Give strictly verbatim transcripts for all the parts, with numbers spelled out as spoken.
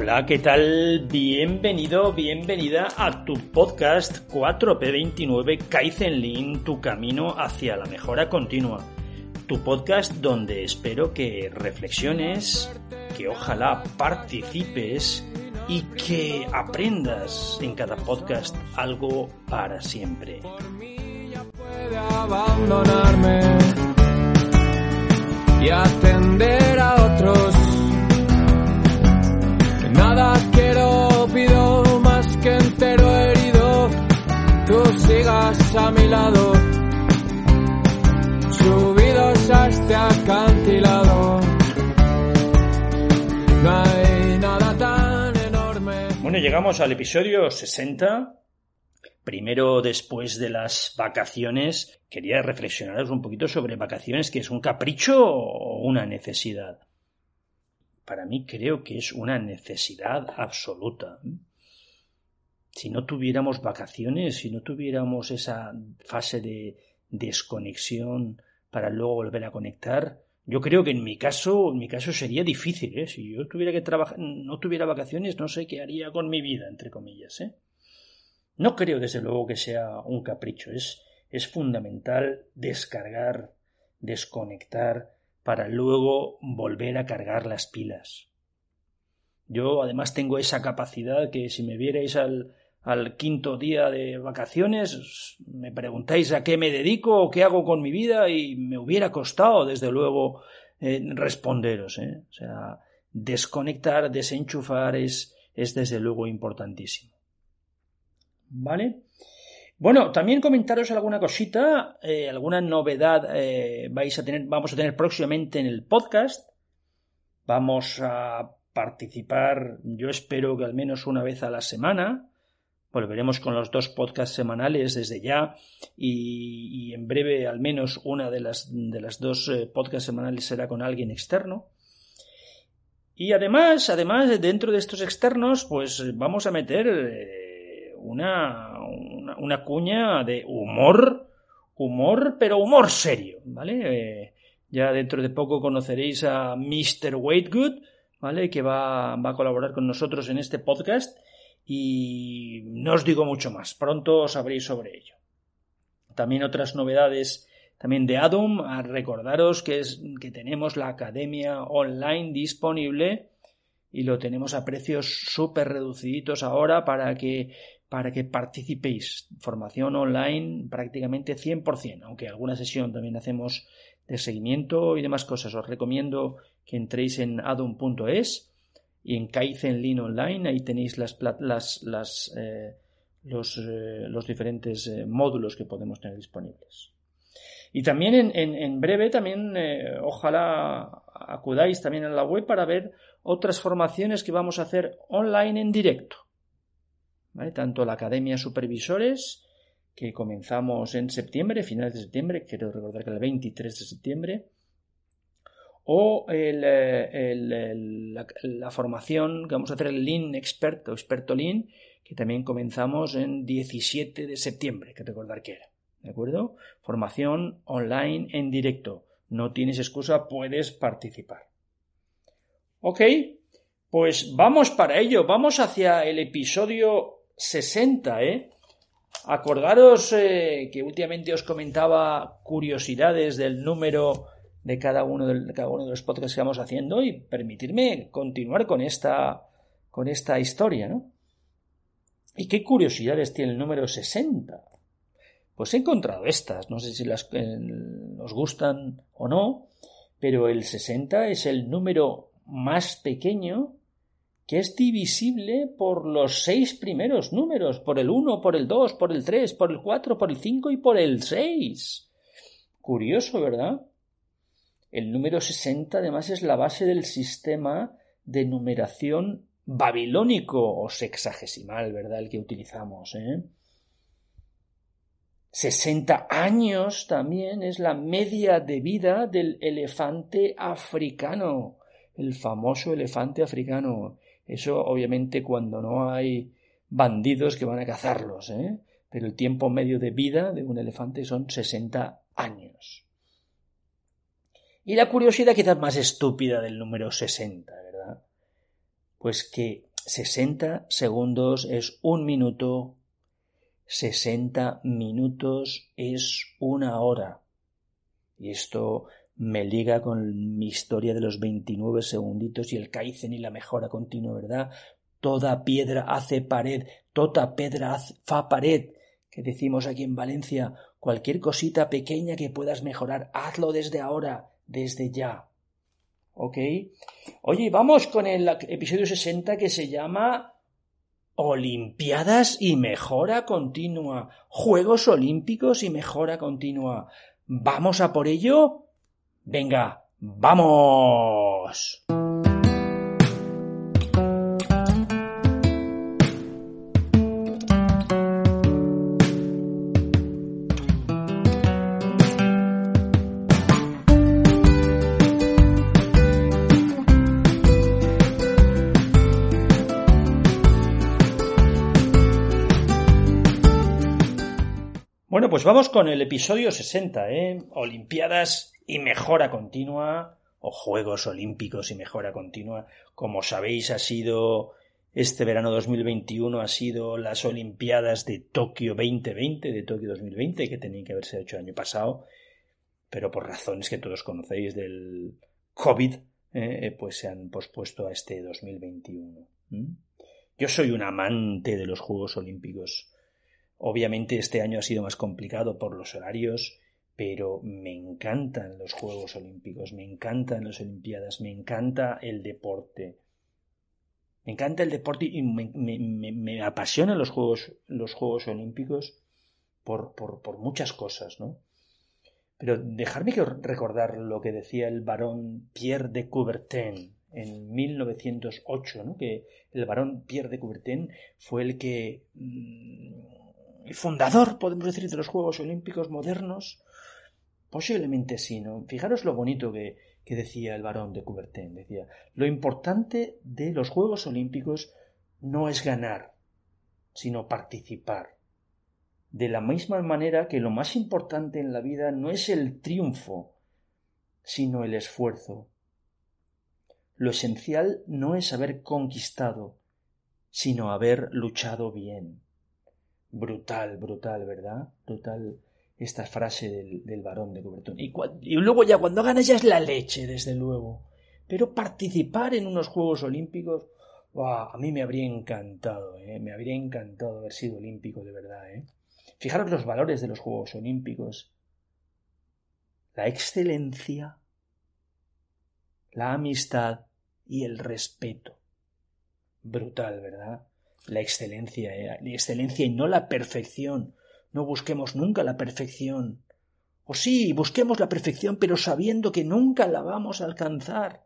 Hola, ¿qué tal? Bienvenido, bienvenida a tu podcast cuatro P veintinueve Kaizen Lean, tu camino hacia la mejora continua. Tu podcast donde espero que reflexiones, que ojalá participes y que aprendas en cada podcast algo para siempre. Por mí ya puede abandonarme y atender a otros. Nada quiero, pido más que entero herido. Tú sigas a mi lado, subidos a este acantilado. No hay nada tan enorme. Bueno, llegamos al episodio sesenta. Primero, después de las vacaciones, quería reflexionaros un poquito sobre vacaciones, que es un capricho o una necesidad. Para mí creo que es una necesidad absoluta. Si no tuviéramos vacaciones, si no tuviéramos esa fase de desconexión para luego volver a conectar, yo creo que en mi caso, en mi caso sería difícil, ¿eh? Si yo tuviera que trabajar, no tuviera vacaciones, no sé qué haría con mi vida, entre comillas, ¿eh? No creo, desde luego, que sea un capricho. Es, es fundamental descargar, desconectar, para luego volver a cargar las pilas. Yo además tengo esa capacidad que si me vierais al, al quinto día de vacaciones, me preguntáis a qué me dedico o qué hago con mi vida y me hubiera costado desde luego eh, responderos, ¿eh? O sea, desconectar, desenchufar es, es desde luego importantísimo. ¿Vale? Bueno, también comentaros alguna cosita, eh, alguna novedad eh, vais a tener, vamos a tener próximamente en el podcast. Vamos a participar, yo espero que al menos una vez a la semana. Volveremos con los dos podcasts semanales desde ya y, y en breve al menos una de las, de las dos eh, podcasts semanales será con alguien externo. Y además, además dentro de estos externos, pues vamos a meter eh, una... Una, una cuña de humor, humor, pero humor serio, ¿vale? Eh, ya dentro de poco conoceréis a mister Waitgood, ¿vale? Que va, va a colaborar con nosotros en este podcast y no os digo mucho más, pronto sabréis sobre ello. También otras novedades también de Adum, a recordaros que, es, que tenemos la academia online disponible y lo tenemos a precios súper reduciditos ahora para que para que participéis. Formación online prácticamente cien por ciento, aunque alguna sesión también hacemos de seguimiento y demás cosas. Os recomiendo que entréis en adum punto es y en Kaizen Lean Online, ahí tenéis las, las, las, eh, los, eh, los diferentes eh, módulos que podemos tener disponibles. Y también en, en, en breve, también eh, ojalá acudáis también a la web para ver otras formaciones que vamos a hacer online en directo. ¿Vale? Tanto la Academia Supervisores, que comenzamos en septiembre, finales de septiembre, quiero recordar que el veintitrés de septiembre, o el, el, el, la, la formación que vamos a hacer el Lean Expert o Experto Lean, que también comenzamos en diecisiete de septiembre, que recordar que era, ¿de acuerdo? Formación online en directo, no tienes excusa, puedes participar. Ok, pues vamos para ello, vamos hacia el episodio sesenta, ¿eh? Acordaros eh, que últimamente os comentaba curiosidades del número de cada uno de, de cada uno de los podcasts que vamos haciendo y permitirme continuar con esta con esta historia, ¿no? ¿Y qué curiosidades tiene el número sesenta? Pues he encontrado estas, no sé si las eh, os gustan o no, pero el sesenta es el número más pequeño que es divisible por los seis primeros números, por el uno, por el dos, por el tres, por el cuatro, por el cinco y por el seis. Curioso, ¿verdad? El número sesenta además es la base del sistema de numeración babilónico o sexagesimal, ¿verdad? El que utilizamos, ¿eh? sesenta años también es la media de vida del elefante africano, el famoso elefante africano. Eso obviamente cuando no hay bandidos que van a cazarlos, ¿eh? Pero el tiempo medio de vida de un elefante son sesenta años. Y la curiosidad quizás más estúpida del número sesenta, ¿verdad? Pues que sesenta segundos es un minuto, sesenta minutos es una hora. Y esto me liga con mi historia de los veintinueve segunditos y el Kaizen y la mejora continua, ¿verdad? Toda piedra hace pared, toda piedra fa pared, que decimos aquí en Valencia. Cualquier cosita pequeña que puedas mejorar, hazlo desde ahora, desde ya. ¿Ok? Oye, vamos con el episodio sesenta que se llama Olimpiadas y mejora continua. Juegos Olímpicos y mejora continua. ¿Vamos a por ello? Venga, ¡vamos! Bueno, pues vamos con el episodio sesenta, ¿eh? Olimpiadas y mejora continua, o Juegos Olímpicos y mejora continua. Como sabéis, ha sido este verano dos mil veintiuno, ha sido las Olimpiadas de Tokio veinte veinte, de Tokio dos mil veinte, que tenían que haberse hecho el año pasado, pero por razones que todos conocéis del COVID, eh, pues se han pospuesto a este dos mil veintiuno. ¿Mm? Yo soy un amante de los Juegos Olímpicos. Obviamente este año ha sido más complicado por los horarios, pero me encantan los Juegos Olímpicos, me encantan las Olimpiadas, me encanta el deporte. Me encanta el deporte y me, me, me, me apasionan los Juegos, los Juegos Olímpicos por, por, por muchas cosas, ¿no? Pero dejadme que recordar lo que decía el barón Pierre de Coubertin en mil novecientos ocho, ¿no? Que el barón Pierre de Coubertin fue el que... Mmm, el fundador, podemos decir, de los Juegos Olímpicos modernos. Posiblemente sí, ¿no? Fijaros lo bonito que, que decía el barón de Coubertin. Decía, lo importante de los Juegos Olímpicos no es ganar, sino participar. De la misma manera que lo más importante en la vida no es el triunfo, sino el esfuerzo. Lo esencial no es haber conquistado, sino haber luchado bien. Brutal, brutal, ¿verdad? Brutal esta frase del, del barón de Coubertin. Y, y luego ya cuando ganas ya es la leche, desde luego. Pero participar en unos Juegos Olímpicos, ¡wow! A mí me habría encantado, ¿eh? Me habría encantado haber sido olímpico de verdad, ¿eh? Fijaros los valores de los Juegos Olímpicos. La excelencia, la amistad y el respeto. Brutal, ¿verdad? La excelencia, ¿eh? La excelencia y no la perfección. No busquemos nunca la perfección. O sí, busquemos la perfección, pero sabiendo que nunca la vamos a alcanzar.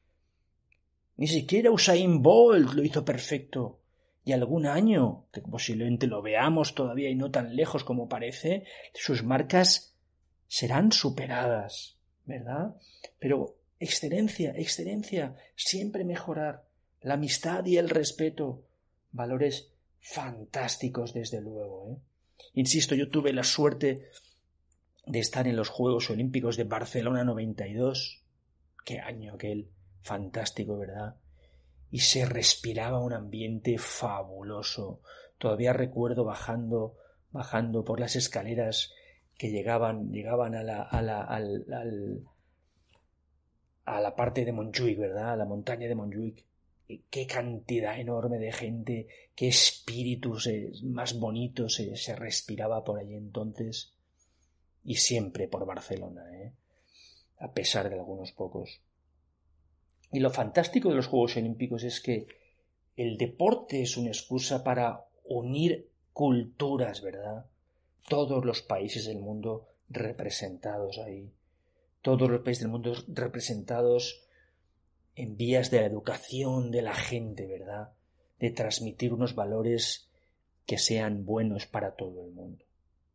Ni siquiera Usain Bolt lo hizo perfecto. Y algún año, que posiblemente lo veamos todavía y no tan lejos como parece, sus marcas serán superadas, ¿verdad? Pero excelencia, excelencia, siempre mejorar. La amistad y el respeto. Valores fantásticos, desde luego, ¿eh? Insisto, yo tuve la suerte de estar en los Juegos Olímpicos de Barcelona noventa y dos. Qué año aquel, fantástico, ¿verdad? Y se respiraba un ambiente fabuloso. Todavía recuerdo bajando, bajando por las escaleras que llegaban, llegaban a la, a la, al, al, a la parte de Montjuic, ¿verdad? A la montaña de Montjuic. Qué cantidad enorme de gente, qué espíritu se, más bonito se, se respiraba por allí entonces, y siempre por Barcelona, ¿eh? A pesar de algunos pocos. Y lo fantástico de los Juegos Olímpicos es que el deporte es una excusa para unir culturas, ¿verdad? Todos los países del mundo representados ahí, todos los países del mundo representados en vías de la educación de la gente, ¿verdad? De transmitir unos valores que sean buenos para todo el mundo.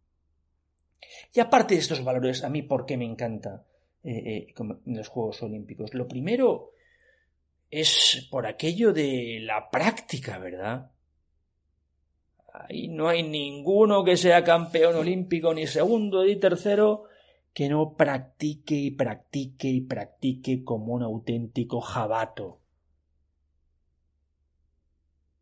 Y aparte de estos valores, a mí, ¿por qué me encanta eh, eh, los Juegos Olímpicos? Lo primero es por aquello de la práctica, ¿verdad? Ahí no hay ninguno que sea campeón olímpico, ni segundo ni tercero, que no practique y practique y practique como un auténtico jabato.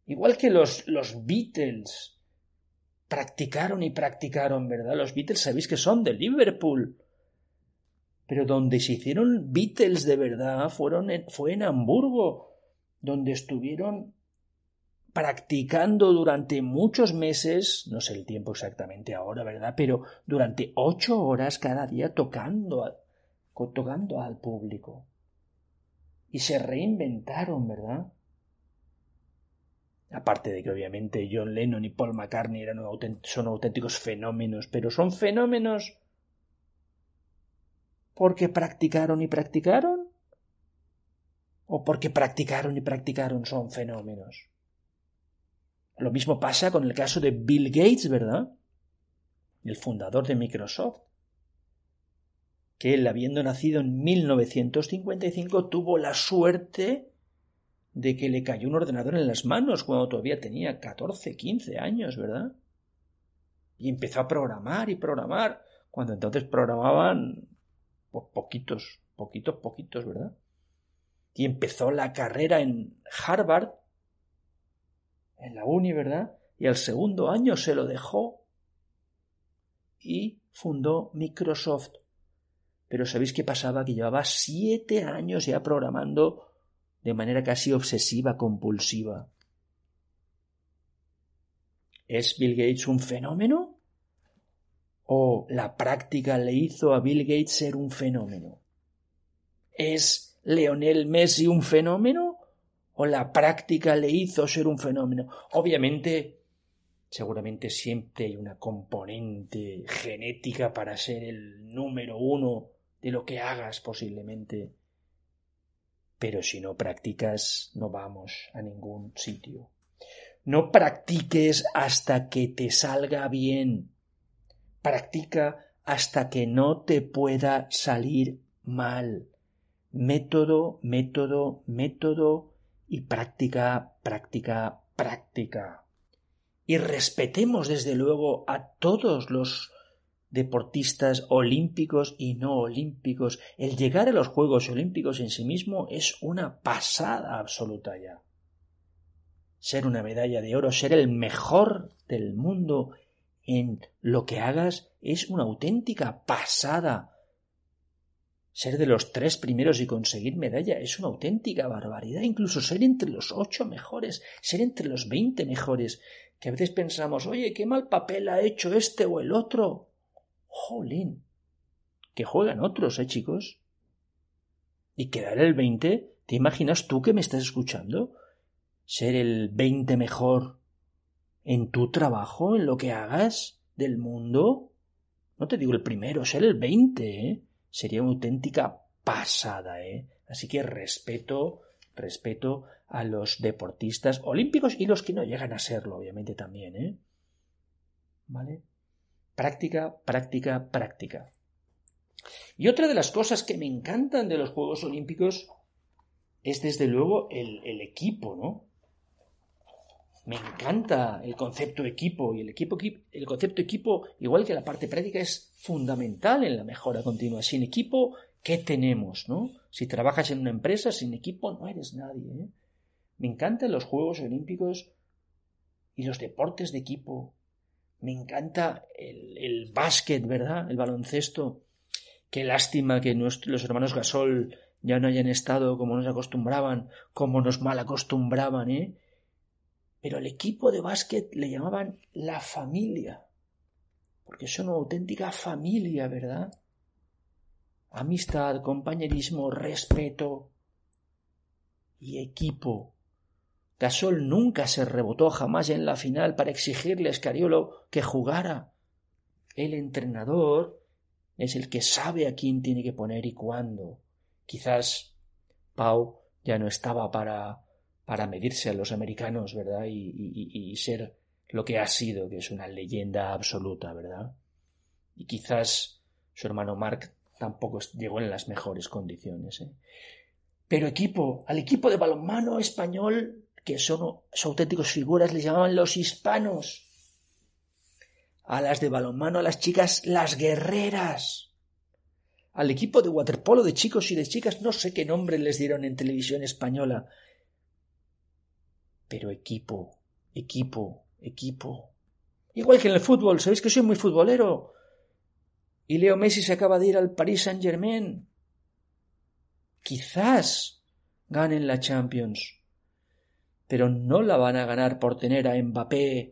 Igual que los, los Beatles practicaron y practicaron, ¿verdad? Los Beatles sabéis que son de Liverpool. Pero donde se hicieron Beatles de verdad fueron en, fue en Hamburgo, donde estuvieron practicando durante muchos meses, no sé el tiempo exactamente ahora, ¿verdad? Pero durante ocho horas cada día tocando, a, tocando al público. Y se reinventaron, ¿verdad? Aparte de que obviamente John Lennon y Paul McCartney eran autént- son auténticos fenómenos, pero son fenómenos porque practicaron y practicaron, o porque practicaron y practicaron son fenómenos. Lo mismo pasa con el caso de Bill Gates, ¿verdad? El fundador de Microsoft, que él, habiendo nacido en mil novecientos cincuenta y cinco, tuvo la suerte de que le cayó un ordenador en las manos cuando todavía tenía catorce, quince años, ¿verdad? Y empezó a programar y programar, cuando entonces programaban pues, poquitos, poquitos, poquitos, ¿verdad? Y empezó la carrera en Harvard, en la uni, ¿verdad? Y al segundo año se lo dejó y fundó Microsoft. Pero ¿sabéis qué pasaba? Que llevaba siete años ya programando de manera casi obsesiva, compulsiva. ¿Es Bill Gates un fenómeno? ¿O la práctica le hizo a Bill Gates ser un fenómeno? ¿Es Lionel Messi un fenómeno? ¿O la práctica le hizo ser un fenómeno? Obviamente, seguramente siempre hay una componente genética para ser el número uno de lo que hagas posiblemente. Pero si no practicas, no vamos a ningún sitio. No practiques hasta que te salga bien. Practica hasta que no te pueda salir mal. Método, método, método y práctica, práctica, práctica. Y respetemos desde luego a todos los deportistas olímpicos y no olímpicos. El llegar a los Juegos Olímpicos en sí mismo es una pasada absoluta ya. Ser una medalla de oro, ser el mejor del mundo en lo que hagas es una auténtica pasada. Ser de los tres primeros y conseguir medalla es una auténtica barbaridad. Incluso ser entre los ocho mejores, ser entre los veinte mejores, que a veces pensamos, oye, qué mal papel ha hecho este o el otro. Jolín, que juegan otros, ¿eh, chicos? Y quedar el veinte, ¿te imaginas tú que me estás escuchando? Ser el veinte mejor en tu trabajo, en lo que hagas del mundo. No te digo el primero, ser el veinte, ¿eh? Sería una auténtica pasada, ¿eh? Así que respeto, respeto a los deportistas olímpicos y los que no llegan a serlo, obviamente también, ¿eh? ¿Vale? Práctica, práctica, práctica. Y otra de las cosas que me encantan de los Juegos Olímpicos es desde luego el, el equipo, ¿no? Me encanta el concepto equipo y el, equipo, el concepto equipo, igual que la parte práctica, es fundamental en la mejora continua. Sin equipo, ¿qué tenemos, no? Si trabajas en una empresa, sin equipo no eres nadie, ¿eh? Me encantan los Juegos Olímpicos y los deportes de equipo. Me encanta el, el básquet, ¿verdad? El baloncesto. Qué lástima que nuestros, los hermanos Gasol ya no hayan estado como nos acostumbraban, como nos mal acostumbraban, ¿eh? Pero al equipo de básquet le llamaban la familia, porque son una auténtica familia, ¿verdad? Amistad, compañerismo, respeto y equipo. Gasol nunca se rebotó jamás en la final para exigirle a Scariolo que jugara. El entrenador es el que sabe a quién tiene que poner y cuándo. Quizás Pau ya no estaba para, para medirse a los americanos, ¿verdad? Y, y, y ser lo que ha sido, que es una leyenda absoluta, ¿verdad? Y quizás su hermano Marc tampoco llegó en las mejores condiciones, ¿eh? Pero equipo, al equipo de balonmano español, que son, son auténticos figuras, les llamaban los hispanos. A las de balonmano, a las chicas, las guerreras. Al equipo de waterpolo de chicos y de chicas, no sé qué nombre les dieron en televisión española. Pero equipo, equipo, equipo. Igual que en el fútbol, ¿sabéis que soy muy futbolero? Y Leo Messi se acaba de ir al Paris Saint-Germain. Quizás ganen la Champions, pero no la van a ganar por tener a Mbappé,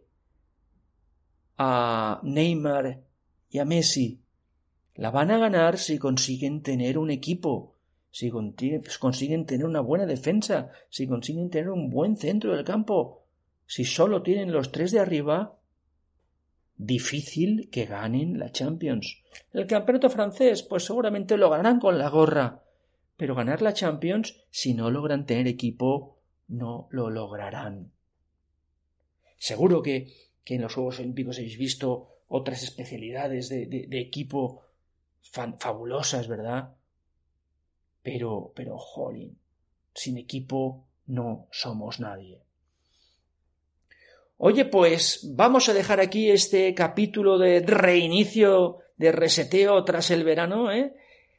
a Neymar y a Messi. La van a ganar si consiguen tener un equipo, si consiguen tener una buena defensa, si consiguen tener un buen centro del campo. Si solo tienen los tres de arriba, difícil que ganen la Champions. El campeonato francés, pues seguramente lo ganarán con la gorra, pero ganar la Champions, si no logran tener equipo, no lo lograrán. Seguro que, que en los Juegos Olímpicos habéis visto otras especialidades de, de, de equipo fan, fabulosas, ¿verdad? Pero, pero, jolín, sin equipo no somos nadie. Oye, pues vamos a dejar aquí este capítulo de reinicio, de reseteo tras el verano, ¿eh?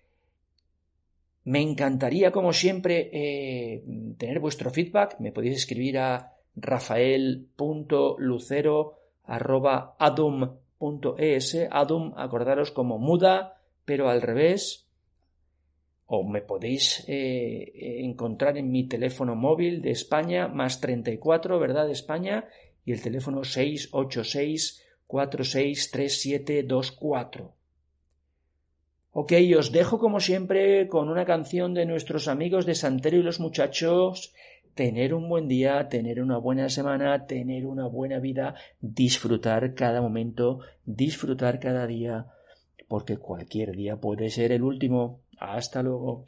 Me encantaría, como siempre, eh, tener vuestro feedback. Me podéis escribir a rafael punto lucero arroba adum punto es. Adum, acordaros, como muda, pero al revés. O me podéis eh, encontrar en mi teléfono móvil de España, más treinta y cuatro, ¿verdad?, de España, y el teléfono seis ocho seis cuatro seis tres siete dos cuatro. Ok, os dejo como siempre con una canción de nuestros amigos de Santero y los Muchachos. Tener un buen día, tener una buena semana, tener una buena vida, disfrutar cada momento, disfrutar cada día, porque cualquier día puede ser el último. Hasta luego.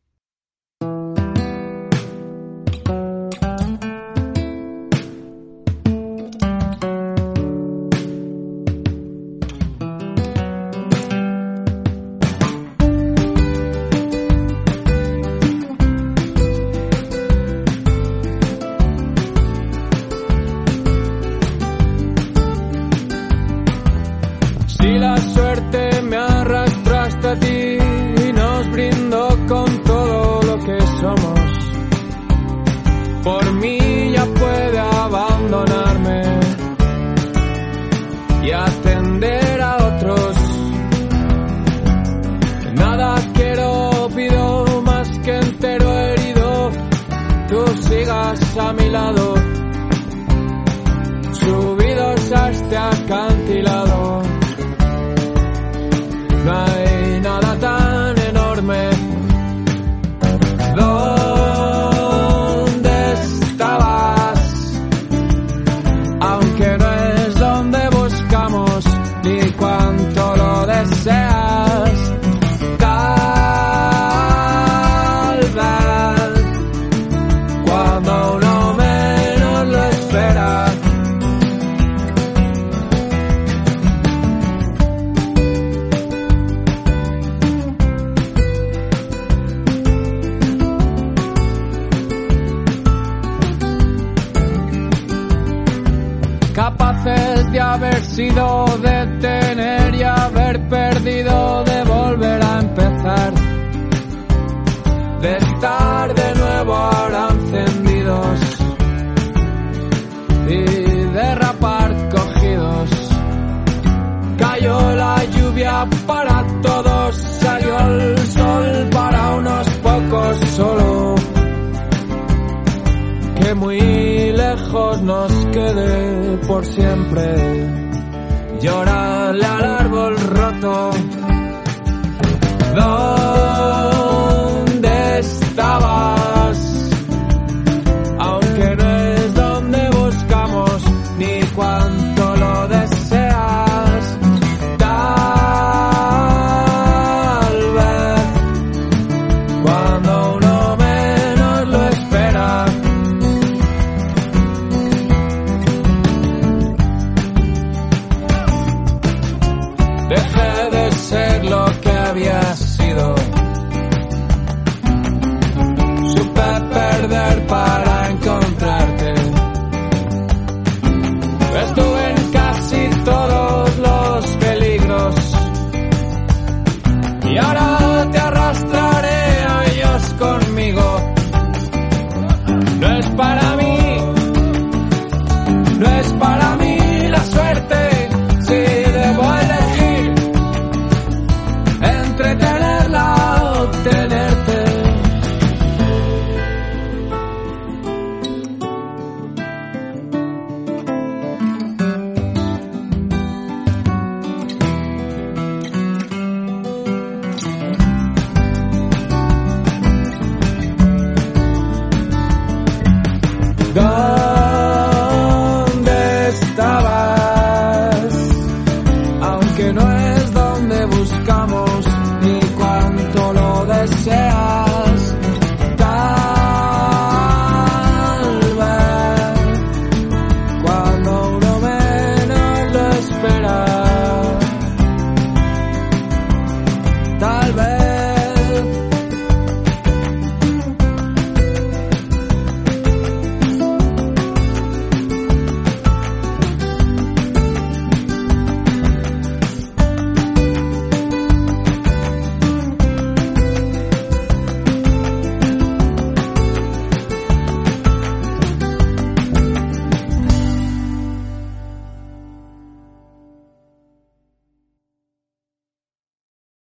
Si la suerte me arrastra hasta ti y nos brindó con todo lo que somos, por mí ya puede abandonarme y atender a otros. Nada quiero, pido más que entero herido, tú sigas a mi lado, subidos a este acantilado. No hay nada tan enorme. ¿Dónde estabas? Aunque no es donde buscamos ni cuánto lo deseas. Tal vez cuando uno menos lo espera. Capaces de haber sido, de tener y haber perdido, de volver a empezar, de estar de nuevo ahora encendidos y derrapar cogidos. Cayó la lluvia para todos, salió el sol para unos pocos solo. Que muy lejos nos quede por siempre llorarle al árbol roto. ¿Dónde estabas? Aunque no es donde buscamos ni cuánto lo